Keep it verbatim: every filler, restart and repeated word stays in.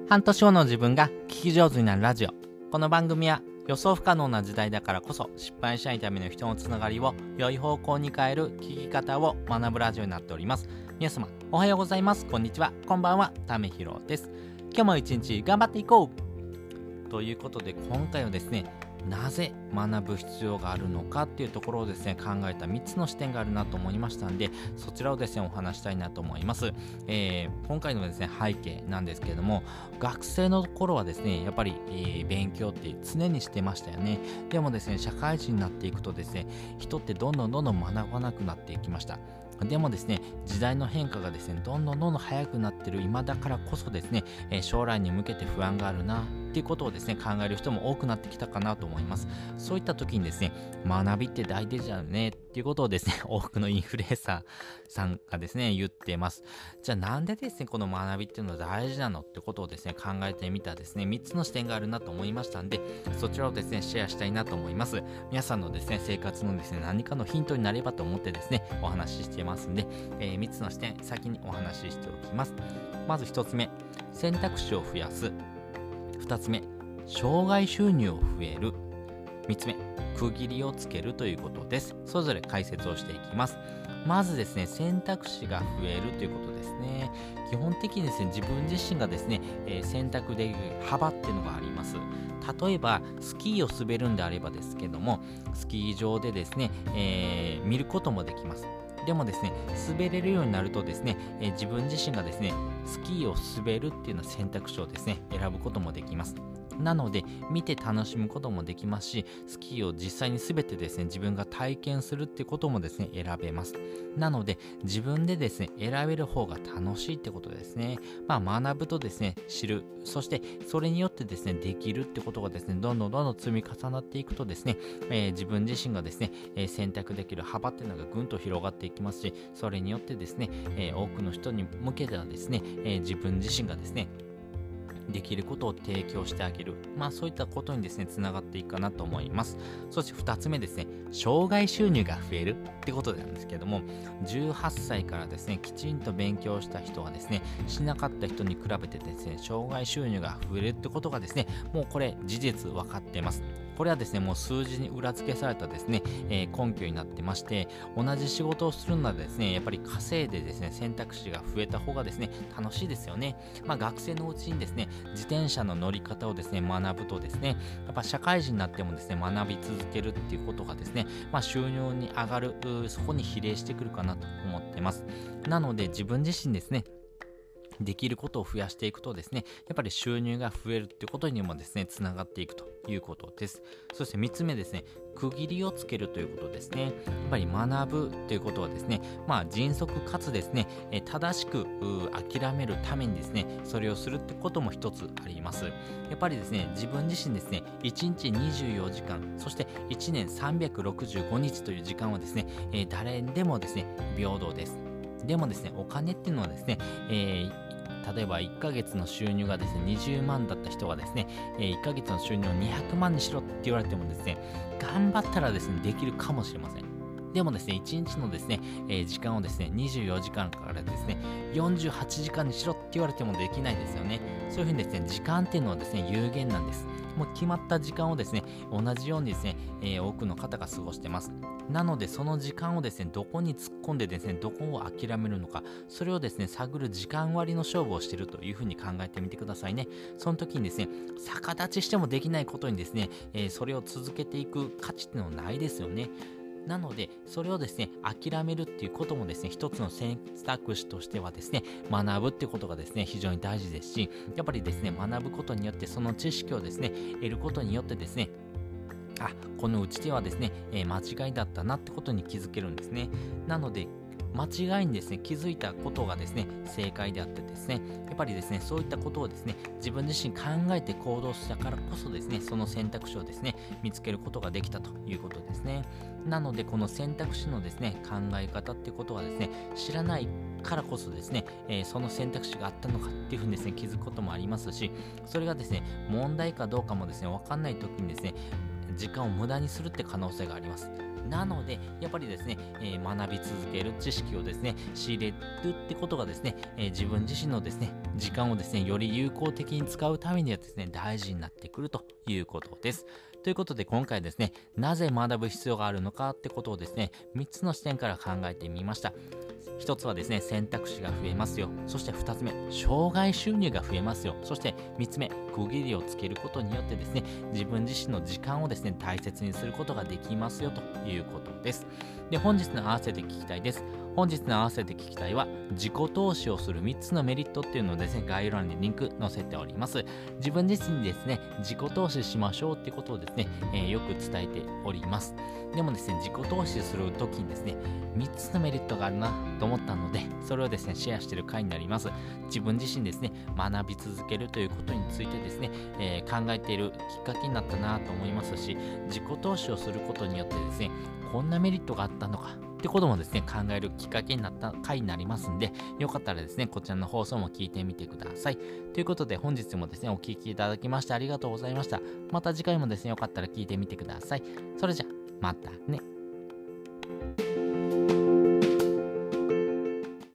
半年後の自分が聞き上手になるラジオ。この番組は予想不可能な時代だからこそ失敗しないための人のつながりを良い方向に変える聞き方を学ぶラジオになっております。皆様おはようございます、こんにちは、こんばんは、ためひろです。今日も一日頑張っていこうということで、今回はですね、なぜ学ぶ必要があるのかっていうところをですね考えたみっつの視点があるなと思いましたんで、そちらをですねお話したいなと思います。えー、今回のですね背景なんですけれども、学生の頃はですねやっぱり、えー、勉強って常にしてましたよね。でもですね社会人になっていくとですね、人ってどんどんどんどん学ばなくなっていきました。でもですね、時代の変化がですねどんどんどんどん早くなってる今だからこそですね、えー、将来に向けて不安があるなっていうことをですね考える人も多くなってきたかなと思います。そういった時にですね、学びって大事だよねっていうことをですね多くのインフルエンサーさんがですね言ってます。じゃあなんでですねこの学びっていうのは大事なのってことをですね考えてみたですねみっつの視点があるなと思いましたんで、そちらをですねシェアしたいなと思います。皆さんのですね生活のですね何かのヒントになればと思ってですねお話ししていますんで、えー、みっつの視点先にお話ししておきます。まずひとつめ、選択肢を増やす。ふたつめ、生涯収入を増える。みっつめ、区切りをつけるということです。それぞれ解説をしていきます。まずですね、選択肢が増えるということですね。基本的にですね、自分自身がですね、えー、選択できる幅っていうのがあります。例えば、スキーを滑るんであればですけども、スキー場でですね、えー、見ることもできます。でもですね、滑れるようになるとですね、えー、自分自身がですね、スキーを滑るっていうような選択肢をですね、選ぶこともできます。なので、見て楽しむこともできますし、スキーを実際に全てですね、自分が体験するってこともですね、選べます。なので、自分でですね、選べる方が楽しいってことですね。まあ、学ぶとですね、知る。そして、それによってですね、できるってことがですね、どんどんどんどん積み重なっていくとですね、えー、自分自身がですね、えー、選択できる幅っていうのがぐんと広がっていきますし、それによってですね、えー、多くの人に向けてはですね、えー、自分自身がですね、できることを提供してあげる、まあそういったことにですねつながっていくかなと思います。そしてふたつめですね、生涯収入が増えるってことなんですけども、じゅうはっさいからですねきちんと勉強した人はですね、しなかった人に比べてですね生涯収入が増えるってことがですね、もうこれ事実分かってます。これはですねもう数字に裏付けされたですね、えー、根拠になってまして、同じ仕事をするならですねやっぱり稼いでですね選択肢が増えた方がですね楽しいですよね。まあ学生のうちにですね自転車の乗り方をですね学ぶとですね、やっぱ社会人になってもですね学び続けるっていうことがですね、まあ収入に上がる、そこに比例してくるかなと思ってます。なので自分自身ですね、できることを増やしていくとですね、やっぱり収入が増えるっていうことにもですねつながっていくということです。そしてみっつめですね、区切りをつけるということですね。やっぱり学ぶということはですね、まあ迅速かつですね、え正しく諦めるためにですねそれをするってことも一つあります。やっぱりですね自分自身ですねいちにちにじゅうよじかん、そしていちねんさんびゃくろくじゅうごにちという時間はですね、えー、誰でもですね平等です。でもですねお金っていうのはですね、えー例えばいっかげつの収入がですねにじゅうまんだった人がですね、えー、いっかげつの収入をにひゃくまんにしろって言われてもですね、頑張ったらですねできるかもしれません。でもですねいちにちのですね、えー、時間をですねにじゅうよじかんからですねよんじゅうはちじかんにしろって言われてもできないですよね。そういうふうにですね時間っていうのはですね有限なんです。もう決まった時間をですね同じようにですね、えー、多くの方が過ごしてます。なのでその時間をですねどこに突っ込んでですねどこを諦めるのか、それをですね探る時間割の勝負をしているというふうに考えてみてくださいね。その時にですね逆立ちしてもできないことにですね、えー、それを続けていく価値っていうのはないですよね。なのでそれをですね諦めるっていうこともですね一つの選択肢としてはですね学ぶっていうことがですね非常に大事ですし、やっぱりですね学ぶことによってその知識をですね得ることによってですね、あ、この打ち手はですね、えー、間違いだったなってことに気づけるんですね。なので間違いにですね気づいたことがですね正解であってですね、やっぱりですねそういったことをですね自分自身考えて行動したからこそですねその選択肢をですね見つけることができたということですね。なのでこの選択肢のですね考え方っていうことはですね知らないからこそですね、えー、その選択肢があったのかっていうふうにですね気づくこともありますし、それがですね問題かどうかもですね分かんない時にですね時間を無駄にするって可能性があります。 なので、やっぱりですね、えー学び続ける知識をですね、仕入れるってことがですね、えー自分自身のですね、時間をですね、より有効的に使うためにはですね、大事になってくるということです。ということで今回ですね、なぜ学ぶ必要があるのかってことをですね、みっつの視点から考えてみました。ひとつはですね、選択肢が増えますよ。そしてふたつめ、生涯収入が増えますよ。そしてみっつめ、区切りをつけることによってですね、自分自身の時間をですね、大切にすることができますよということです。で、本日の合わせて聞きたいです。本日の合わせて聞きたいは、自己投資をするみっつのメリットっていうのをですね、概要欄にリンク載せております。自分自身にですね、自己投資しましょうってことをですね、えーよく伝えております。でもですね、自己投資するときにですね、みっつのメリットがあるなと思ったので、それをですね、シェアしている回になります。自分自身ですね、学び続けるということについてですね、えー考えているきっかけになったなと思いますし、自己投資をすることによってですね、こんなメリットがあったのかってこともですね、考えるきっかけになった回になりますんで、よかったらですね、こちらの放送も聞いてみてください。ということで、本日もですね、お聞きいただきましてありがとうございました。また次回もですね、よかったら聞いてみてください。それじゃ、またね。